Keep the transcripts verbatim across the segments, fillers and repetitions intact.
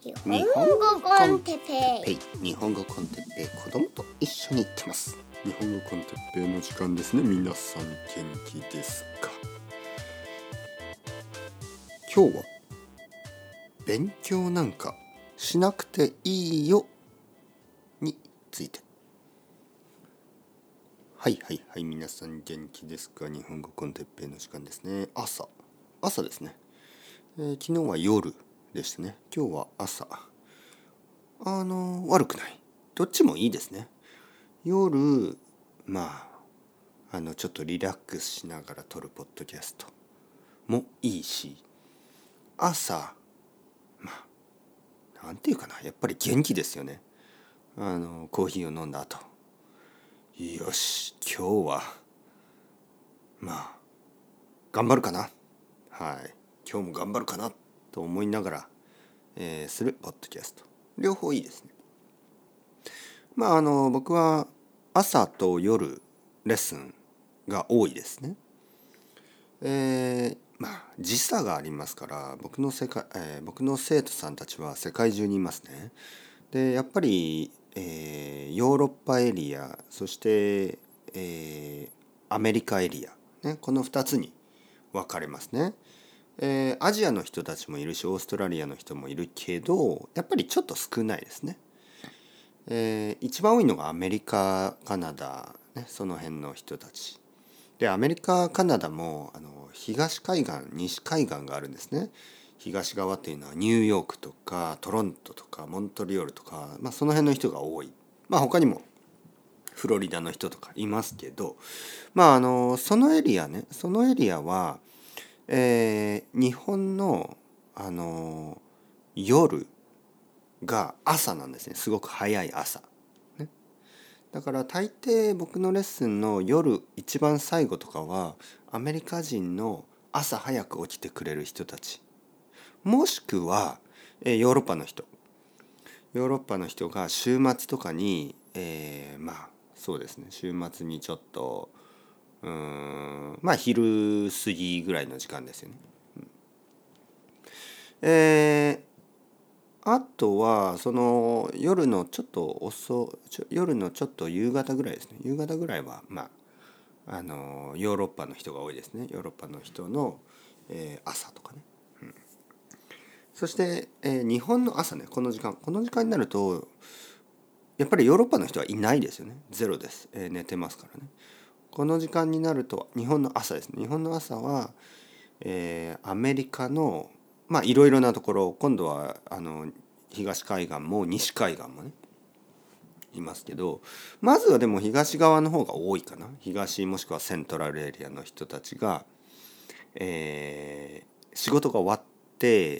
日本語コンテッペイ、 日本語コンテッペイ、子供と一緒に行ってます。日本語コンテッペイの時間ですね。皆さん元気ですか？今日は勉強なんかしなくていいよについて。はいはいはい、皆さん元気ですか？日本語コンテッペイの時間ですね。朝朝ですね、えー、昨日は夜でしたね。今日は朝。あの悪くない、どっちもいいですね。夜まああのちょっとリラックスしながら撮るポッドキャストもいいし、朝まあなんていうかな、やっぱり元気ですよね。あのコーヒーを飲んだ後、よし今日はまあ頑張るかな、はい今日も頑張るかなと思いながら、えー、するポッドキャスト、両方いいですね。まああの僕は朝と夜レッスンが多いですね。えー、まあ時差がありますから、僕の世界、えー、僕の生徒さんたちは世界中にいますね。でやっぱり、えー、ヨーロッパエリア、そして、えー、アメリカエリア、ね、このふたつに分かれますね。えー、アジアの人たちもいるし、オーストラリアの人もいるけど、やっぱりちょっと少ないですね。えー、一番多いのがアメリカ、カナダ、ね、その辺の人たちで、アメリカ、カナダもあの東海岸、西海岸があるんですね。東側っていうのはニューヨークとかトロントとかモントリオールとか、まあ、その辺の人が多い。まあ他にもフロリダの人とかいますけど、まああのそのエリアね、そのエリアは、えー、日本のあの夜が朝なんですね。すごく早い朝。ね、だから大抵僕のレッスンの夜一番最後とかはアメリカ人の朝早く起きてくれる人たち、もしくは、えー、ヨーロッパの人ヨーロッパの人が週末とかに、えー、まあそうですね、週末にちょっとうーんまあ昼過ぎぐらいの時間ですよね。うん、えーあとはその夜のちょっと遅ちょ夜のちょっと夕方ぐらいですね。夕方ぐらいはまああのヨーロッパの人が多いですね。ヨーロッパの人の、えー、朝とかね。うん、そして、えー、日本の朝ね、この時間この時間になるとやっぱりヨーロッパの人はいないですよね。ゼロです。えー、寝てますからね。この時間になると日本の朝ですね。日本の朝は、えー、アメリカのまあいろいろなところ、今度はあの東海岸も西海岸もねいますけど、まずはでも東側の方が多いかな。東もしくはセントラルエリアの人たちが、えー、仕事が終わって、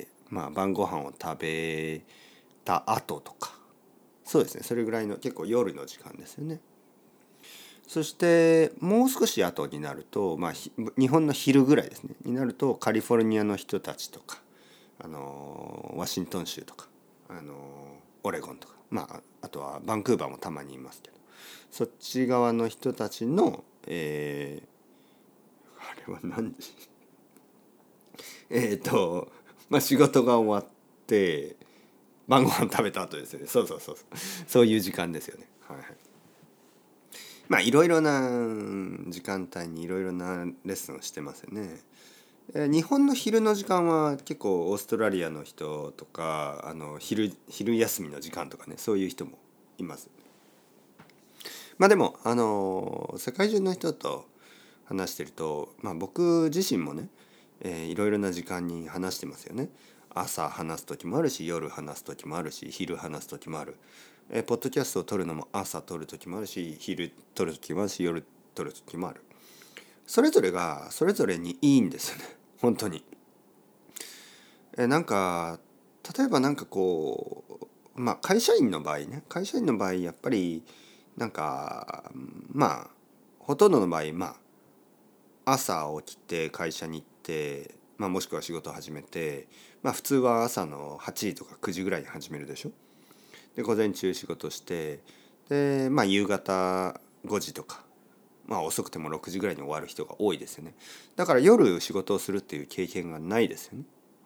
まあ、晩ご飯を食べた後とか、そうですね、それぐらいの結構夜の時間ですよね。そしてもう少し後になると、まあ、日本の昼ぐらいですねになると、カリフォルニアの人たちとか、あのワシントン州とか、あのオレゴンとか、まあ、あとはバンクーバーもたまにいますけど、そっち側の人たちの、えー、あれは何時えっとまあ仕事が終わって晩ご飯食べた後ですよね。そうそうそうそうそういう時間ですよね。はいはい。まあいろいろな時間帯にいろいろなレッスンをしてますよね。日本の昼の時間は結構オーストラリアの人とか、あの 昼, 昼休みの時間とかね、そういう人もいます。まあでもあの世界中の人と話してると、まあ、僕自身もね、えー、いろいろな時間に話してますよね。朝話す時もあるし、夜話す時もあるし、昼話す時もある。えー、ポッドキャストを撮るのも朝撮る時もあるし、昼撮る時もあるし、夜撮る時もある。それぞれがそれぞれにいいんですよね。本当に。えー、なんか例えばなんかこう、まあ会社員の場合ね、会社員の場合やっぱりなんかまあほとんどの場合、まあ朝起きて会社に行って、まあ、もしくは仕事を始めて、まあ普通は朝のはちじとかくじぐらいに始めるでしょ。で午前中仕事して、でまあ夕方ごじとか、まあ遅くてもろくじぐらいに終わる人が多いですよね。だから夜仕事をするっていう経験がないですよね。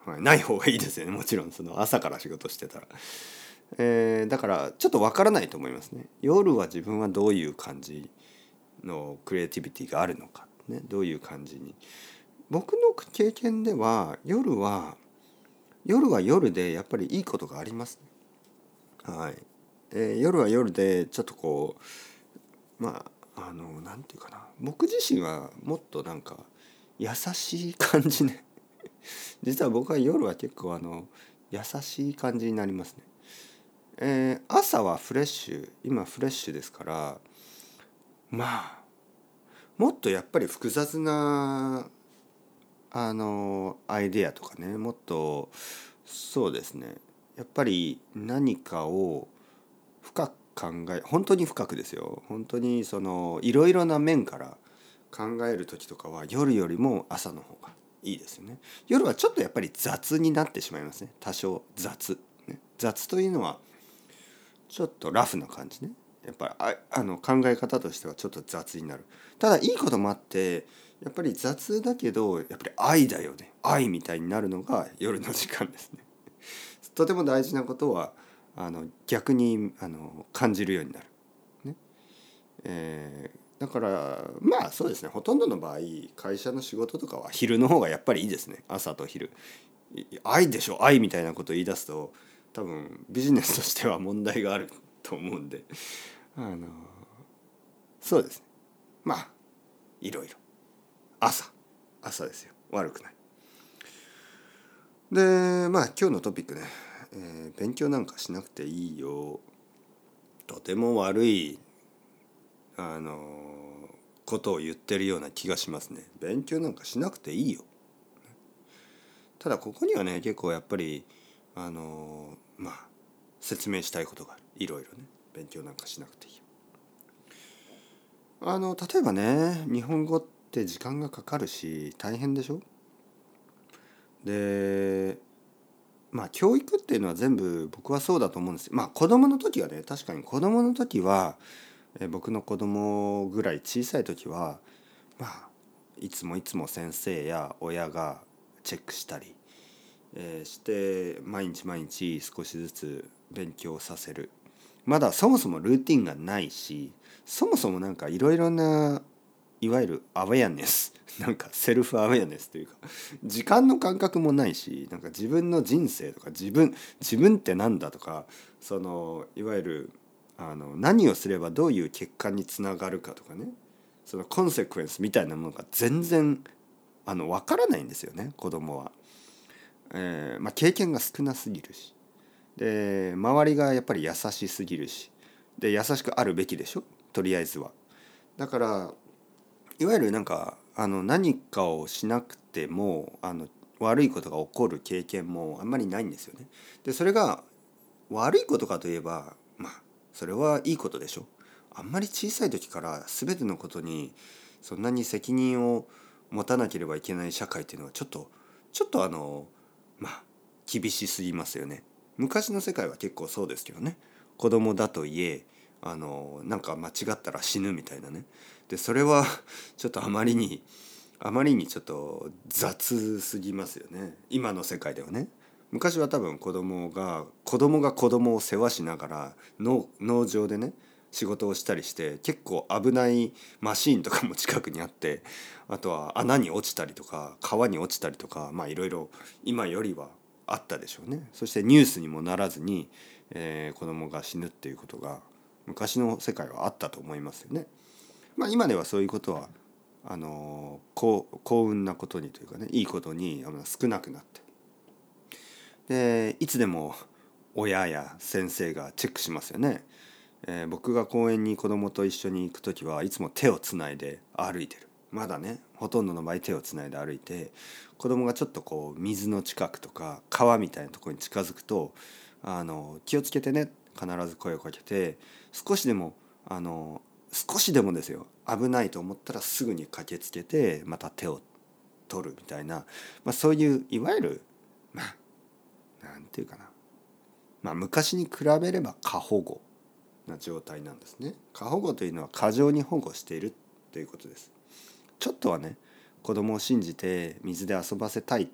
はい、ない方がいいですよね、もちろんその朝から仕事してたら。えー、だからちょっとわからないと思いますね。夜は自分はどういう感じのクリエイティビティがあるのか、ね、どういう感じに。僕の経験では夜は夜は夜でやっぱりいいことがありますね。はい。えー、夜は夜でちょっとこうまああのなんていうかな、僕自身はもっとなんか優しい感じね。実は僕は夜は結構あの優しい感じになりますね。えー、朝はフレッシュ、今フレッシュですから、まあもっとやっぱり複雑なあのアイデアとかね、もっとそうですね、やっぱり何かを深く考え、本当に深くですよ、本当にそのいろいろな面から考える時とかは夜よりも朝の方がいいですよね。夜はちょっとやっぱり雑になってしまいますね、多少雑、ね、雑というのはちょっとラフな感じね。やっぱりああの考え方としてはちょっと雑になる。ただいいこともあって、やっぱり雑だけどやっぱり愛だよね、愛みたいになるのが夜の時間ですね。とても大事なことはあの逆にあの感じるようになる、ねえー、だからまあそうですね、ほとんどの場合会社の仕事とかは昼の方がやっぱりいいですね。朝と昼、愛でしょ愛みたいなことを言い出すと多分ビジネスとしては問題があると思うんで、あのそうですね、まあいろいろ朝朝ですよ、悪くない。でまあ今日のトピックね、えー勉強なんかしなくていいよ、とても悪いあのことを言ってるような気がしますね。勉強なんかしなくていいよ。ただここにはね結構やっぱりあのまあ説明したいことがある、いろいろね。勉強なんかしなくていいよ。あの例えばね、日本語って時間がかかるし大変でしょ。でまあ教育っていうのは全部僕はそうだと思うんですよ。まあ子供の時はね、確かに子供の時はえ僕の子供ぐらい小さい時はまあいつもいつも先生や親がチェックしたり、えーして毎日毎日少しずつ勉強させる。まだそもそもルーティンがないし、そもそもなんかいろいろないわゆるアウェアネスなんかセルフアウェアネスというか時間の感覚もないし、なんか自分の人生とか自分自分ってなんだとか、そのいわゆるあの何をすればどういう結果につながるかとかね、そのコンセクエンスみたいなものが全然あの分からないんですよね、子供は。えーまあ、経験が少なすぎるし、で周りがやっぱり優しすぎるし、で優しくあるべきでしょ、とりあえずは。だからいわゆるなんかあの何かをしなくてもあの悪いことが起こる経験もあんまりないんですよね。でそれが悪いことかといえばまあそれはいいことでしょ。あんまり小さい時から全てのことにそんなに責任を持たなければいけない社会っていうのはちょっとちょっとあのまあ厳しすぎますよね。昔の世界は結構そうですけどね。子供だといえあのなんか間違ったら死ぬみたいなね。でそれはちょっとあまりにあまりにちょっと雑すぎますよね、今の世界ではね。昔は多分子供が子供が子供を世話しながら農農場でね仕事をしたりして、結構危ないマシーンとかも近くにあって、あとは穴に落ちたりとか川に落ちたりとか、まあいろいろ今よりはあったでしょうね。そしてニュースにもならずに、えー、子供が死ぬっていうことが昔の世界はあったと思いますよね。まあ今ではそういうことはあの幸幸運なことにというかね、いいことにあの少なくなって、でいつでも親や先生がチェックしますよね。えー僕が公園に子供と一緒に行く時はいつも手をつないで歩いてる。まだねほとんどの場合手をつないで歩いて、子供がちょっとこう水の近くとか川みたいなところに近づくとあの気をつけてね、必ず声をかけて、少しでもあの少しでもですよ、危ないと思ったらすぐに駆けつけてまた手を取るみたいな、まあ、そういういわゆるまあなんていうかな、まあ昔に比べれば過保護な状態なんですね。過保護というのは過剰に保護しているということです。ちょっとはね子供を信じて水で遊ばせたい、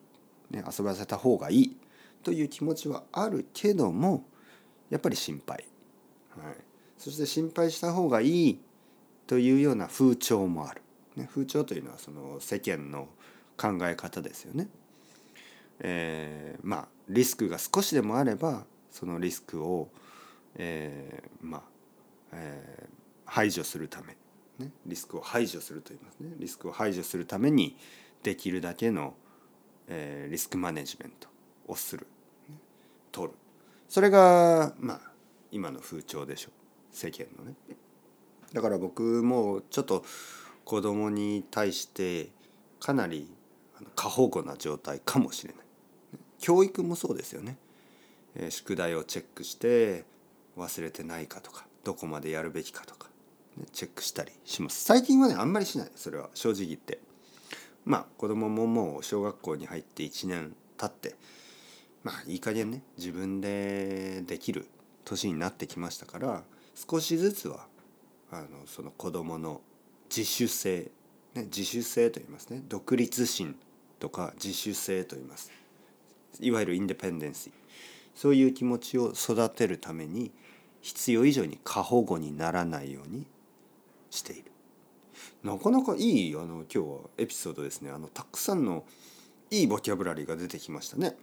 ね、遊ばせた方がいいという気持ちはあるけども、やっぱり心配、はい、そして心配した方がいいというような風潮もある、ね、風潮というのはその世間の考え方ですよね。えー、まあリスクが少しでもあればそのリスクを、えー、まあ、えー、排除するため、ね、リスクを排除すると言いますね。リスクを排除するためにできるだけの、えー、リスクマネジメントをする、ね、取る。それがまあ今の風潮でしょう、世間のね。だから僕もちょっと子供に対してかなり過保護な状態かもしれない。教育もそうですよね。えー、宿題をチェックして忘れてないかとか、どこまでやるべきかとか、ね、チェックしたりします。最近はねあんまりしない。それは正直言って、まあ子供ももう小学校に入っていちねん経って、まあいい加減ね自分でできる年になってきましたから、少しずつはあのその子供の自主性、ね、自主性と言いますね。独立心とか自主性と言います。いわゆるインデペンデンシー、そういう気持ちを育てるために必要以上に過保護にならないようにしている。なかなかいいあの今日はエピソードですね。あのたくさんのいいボキャブラリーが出てきましたね。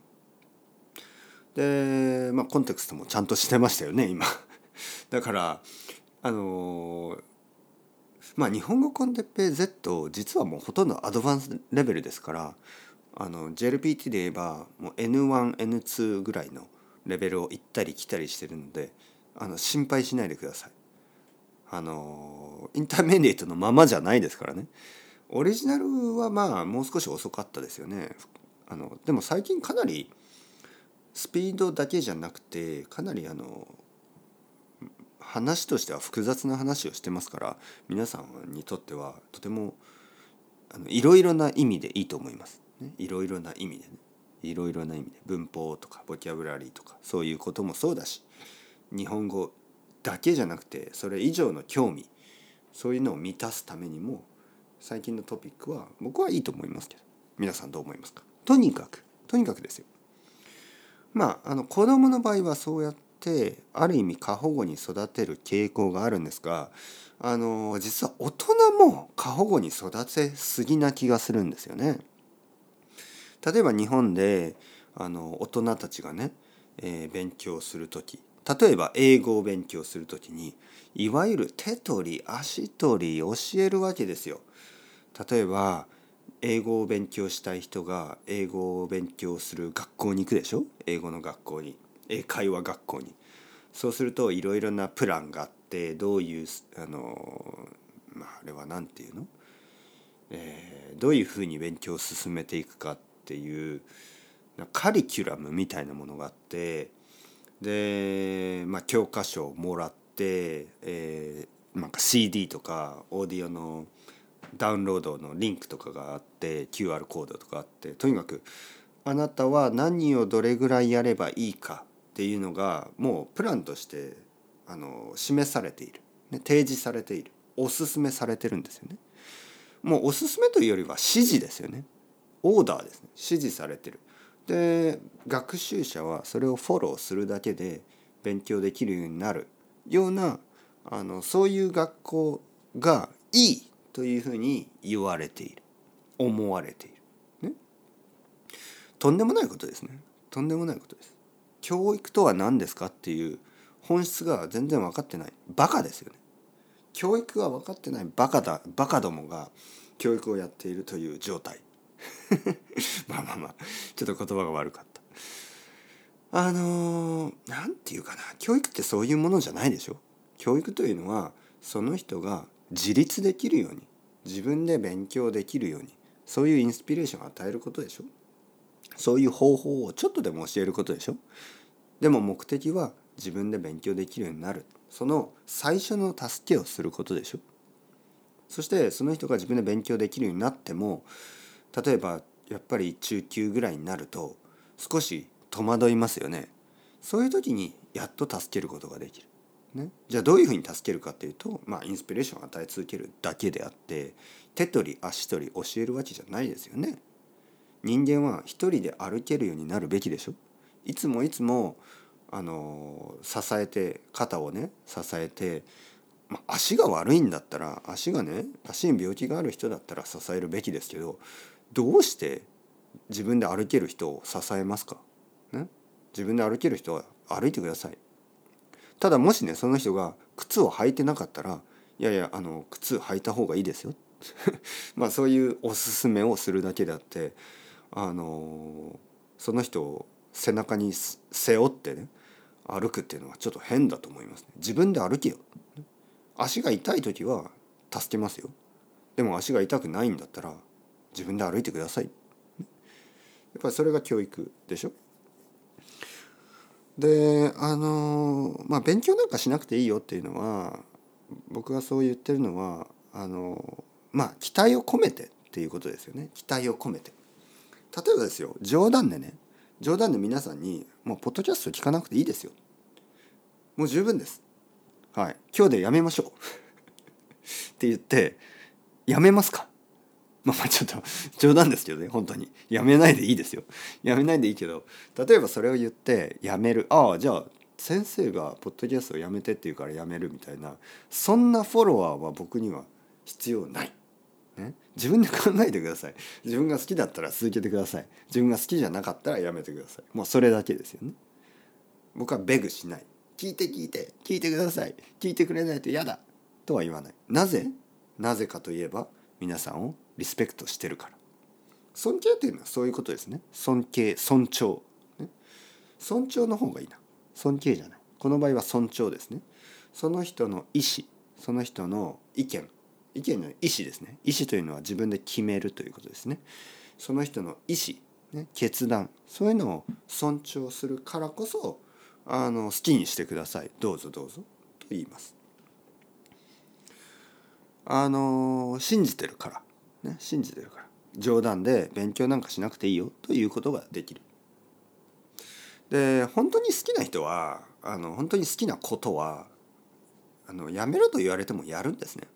で、まあコンテクストもちゃんとしてましたよね今だからあのまあ日本語コンテッペイ Z 実はもうほとんどアドバンスレベルですから、あの ジェルピーティー で言えばもう エヌワン、エヌツー ぐらいのレベルを行ったり来たりしてるので、あの心配しないでください。あのインターメディエートのままじゃないですからね。オリジナルはまあもう少し遅かったですよね。あのでも最近かなりスピードだけじゃなくてかなりあの話としては複雑な話をしてますから、皆さんにとってはとてもあのいろいろな意味でいいと思います、ね、いろいろな意味でね、いろいろな意味で文法とかボキャブラリーとかそういうこともそうだし、日本語だけじゃなくてそれ以上の興味、そういうのを満たすためにも最近のトピックは僕はいいと思いますけど、皆さんどう思いますか。とにかくとにかくですよ。まああの子供の場合はそうやってある意味過保護に育てる傾向があるんですが、あの実は大人も過保護に育てすぎな気がするんですよね。例えば日本であの大人たちがね、えー、勉強する時、例えば英語を勉強する時にいわゆる手取り足取り教えるわけですよ。例えば英語を勉強したい人が英語を勉強する学校に行くでしょ。英語の学校に、英会話学校に。そうするといろいろなプランがあって、どういうあのまああれは何て言うの、えー、どういうふうに勉強を進めていくかっていうカリキュラムみたいなものがあって、で、まあ、教科書をもらって、えー、なんか シーディー とかオーディオのダウンロードのリンクとかがあって キューアール コードとかあって、とにかくあなたは何をどれぐらいやればいいかっていうのがもうプランとしてあの示されている、ね、提示されている、おすすめされてるんですよね。もうおすすめというよりは指示ですよね。オーダーですね。指示されてる。で学習者はそれをフォローするだけで勉強できるようになるような、あのそういう学校がいいというふうに言われている、思われている、ね、とんでもないことですね。とんでもないことです。教育とは何ですかっていう本質が全然分かってないバカですよね。教育が分かってないバカだバカどもが教育をやっているという状態まあまあまあちょっと言葉が悪かった。あのー、なんていうかな、教育ってそういうものじゃないでしょ。教育というのはその人が自立できるように、自分で勉強できるように、そういうインスピレーションを与えることでしょ。そういう方法をちょっとでも教えることでしょ。でも目的は自分で勉強できるようになる、その最初の助けをすることでしょ。そしてその人が自分で勉強できるようになっても、例えばやっぱり中級ぐらいになると少し戸惑いますよね。そういう時にやっと助けることができる、ね、じゃあどういうふうに助けるかっていうと、まあインスピレーションを与え続けるだけであって、手取り足取り教えるわけじゃないですよね。 人間は一人で歩けるようになるべきでしょ。いつもいつもあの支えて肩をね支えて、まあ、足が悪いんだったら足がね足に病気がある人だったら支えるべきですけど、どうして自分で歩ける人を支えますか、ね、自分で歩ける人は歩いてください。ただもしねその人が靴を履いてなかったら、いやいやあの靴履いた方がいいですよまあそういうおすすめをするだけであって、あのその人を背中に背負ってね歩くっていうのはちょっと変だと思いますね。自分で歩けよ。足が痛い時は助けますよ。でも足が痛くないんだったら自分で歩いてください。やっぱりそれが教育でしょ。であのまあ勉強なんかしなくていいよっていうのは、僕がそう言ってるのはあのまあ期待を込めてっていうことですよね。期待を込めて。例えばですよ、冗談でね冗談で皆さんにもうポッドキャスト聞かなくていいですよ、もう十分です、はい、今日でやめましょうって言ってやめますか。まあまあちょっと冗談ですけどね、本当にやめないでいいですよ。やめないでいいけど、例えばそれを言ってやめる、ああじゃあ先生がポッドキャストをやめてって言うからやめるみたいな、そんなフォロワーは僕には必要ない、ね、自分で考えてください。自分が好きだったら続けてください。自分が好きじゃなかったらやめてください。もうそれだけですよね。僕はベグしない。聞いて聞いて聞いてください。聞いてくれないと嫌だとは言わない。なぜなぜかといえば皆さんをリスペクトしてるから。尊敬というのはそういうことですね。尊敬、尊重、ね、尊重の方がいいな。尊敬じゃない。この場合は尊重ですね。その人の意思、その人の意見、意見の意思ですね。意思というのは自分で決めるということですね。その人の意思、ね、決断、そういうのを尊重するからこそ、あの好きにしてください。どうぞどうぞと言います。あの信じてるから、ね、信じてるから冗談で勉強なんかしなくていいよということができる。で本当に好きな人はあの本当に好きなことはあのやめろと言われてもやるんですね。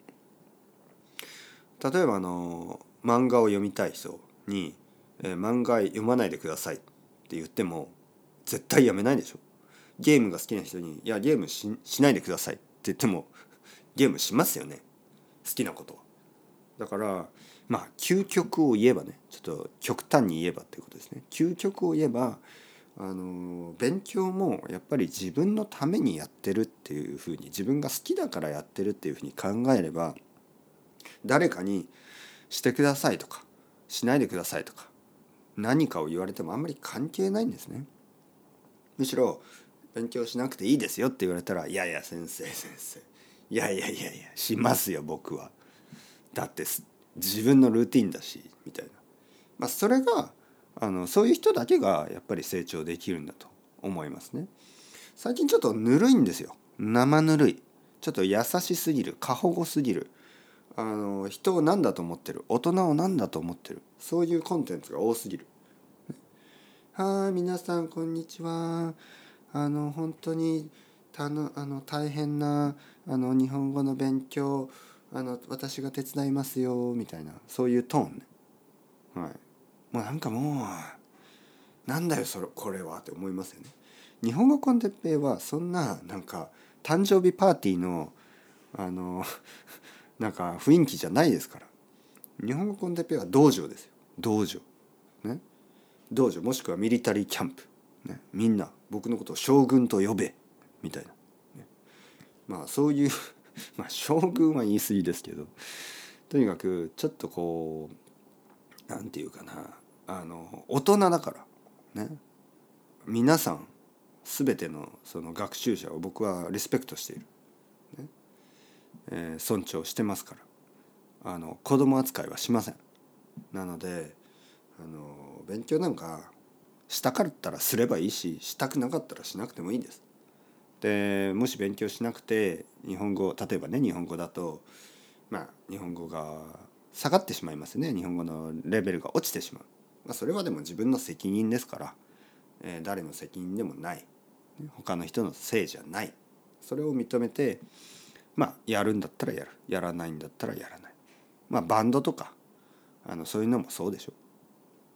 例えばあの漫画を読みたい人に、えー、漫画読まないでくださいって言っても絶対やめないでしょ。ゲームが好きな人にいやゲーム し, しないでくださいって言ってもゲームしますよね、好きなことは。だからまあ究極を言えばね、ちょっと極端に言えばっていうことですね。究極を言えばあの勉強もやっぱり自分のためにやってるっていうふうに、自分が好きだからやってるっていうふうに考えれば、誰かにしてくださいとかしないでくださいとか何かを言われてもあんまり関係ないんですね。むしろ勉強しなくていいですよって言われたら、いやいや先生先生いやいやいやいやしますよ僕は、だって自分のルーティンだしみたいな、まあ、それがあのそういう人だけがやっぱり成長できるんだと思いますね。最近ちょっとぬるいんですよ、生ぬるい、ちょっと優しすぎる、過保護すぎる、あの人を何だと思ってる、大人を何だと思ってる、そういうコンテンツが多すぎる。はい、皆さんこんにちは。あの本当にたのあの大変なあの日本語の勉強、あの私が手伝いますよみたいな、そういうトーンね。はい。もうなんかもうなんだよそれこれはって思いますよね。日本語コンテッペイはそんななんか誕生日パーティーのあのなんか雰囲気じゃないですから。日本語コンテッペイは道場ですよ。道場ね。道場もしくはミリタリーキャンプ、ね、みんな僕のことを将軍と呼べみたいな、ね、まあそういうまあ将軍は言い過ぎですけど、とにかくちょっとこうなんていうかな、あの大人だからね、皆さん全てのその学習者を僕はリスペクトしている、ねえー、尊重してますから、あの子供扱いはしません。なのであの勉強なんかしたかったらすればいいし、したくなかったらしなくてもいいです。でもし勉強しなくて日本語、例えばね日本語だとまあ日本語が下がってしまいますね。日本語のレベルが落ちてしまう、まあ、それはでも自分の責任ですから、えー、誰の責任でもない、他の人のせいじゃない、それを認めてまあやるんだったらやる、やらないんだったらやらない。まあバンドとかあのそういうのもそうでしょ。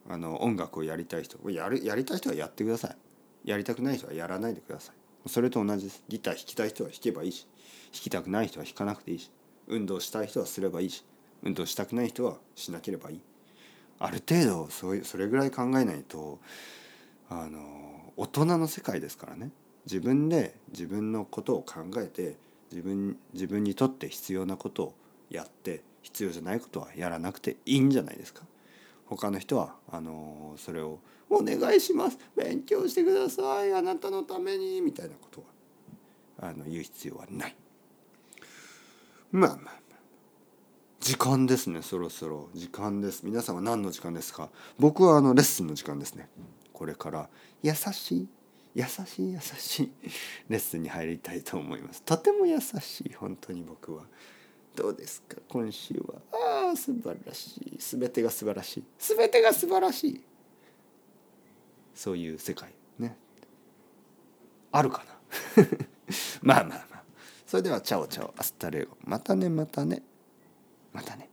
あの音楽をやりたい人やるやりたい人はやってください。やりたくない人はやらないでください。それと同じです。ギター弾きたい人は弾けばいいし、弾きたくない人は弾かなくていいし、運動したい人はすればいいし、運動したくない人はしなければいい。ある程度そういうそれぐらい考えないと、あの大人の世界ですからね。自分で自分のことを考えて、自分自分にとって必要なことをやって、必要じゃないことはやらなくていいんじゃないですか。他の人はあのそれをお願いします、勉強してください、あなたのためにみたいなことはあの言う必要はない。まあまあまあ時間ですね。そろそろ時間です。皆さんは何の時間ですか？僕はあのレッスンの時間ですね。これから優しい優しい優しいレッスンに入りたいと思います。とても優しい、本当に僕は。どうですか今週は？ああ素晴らしい、すべてが素晴らしい、すべてが素晴らしい、そういう世界ね、あるかなまあまあまあ、それではチャオチャオアスタレゴ、またねまたねまたね。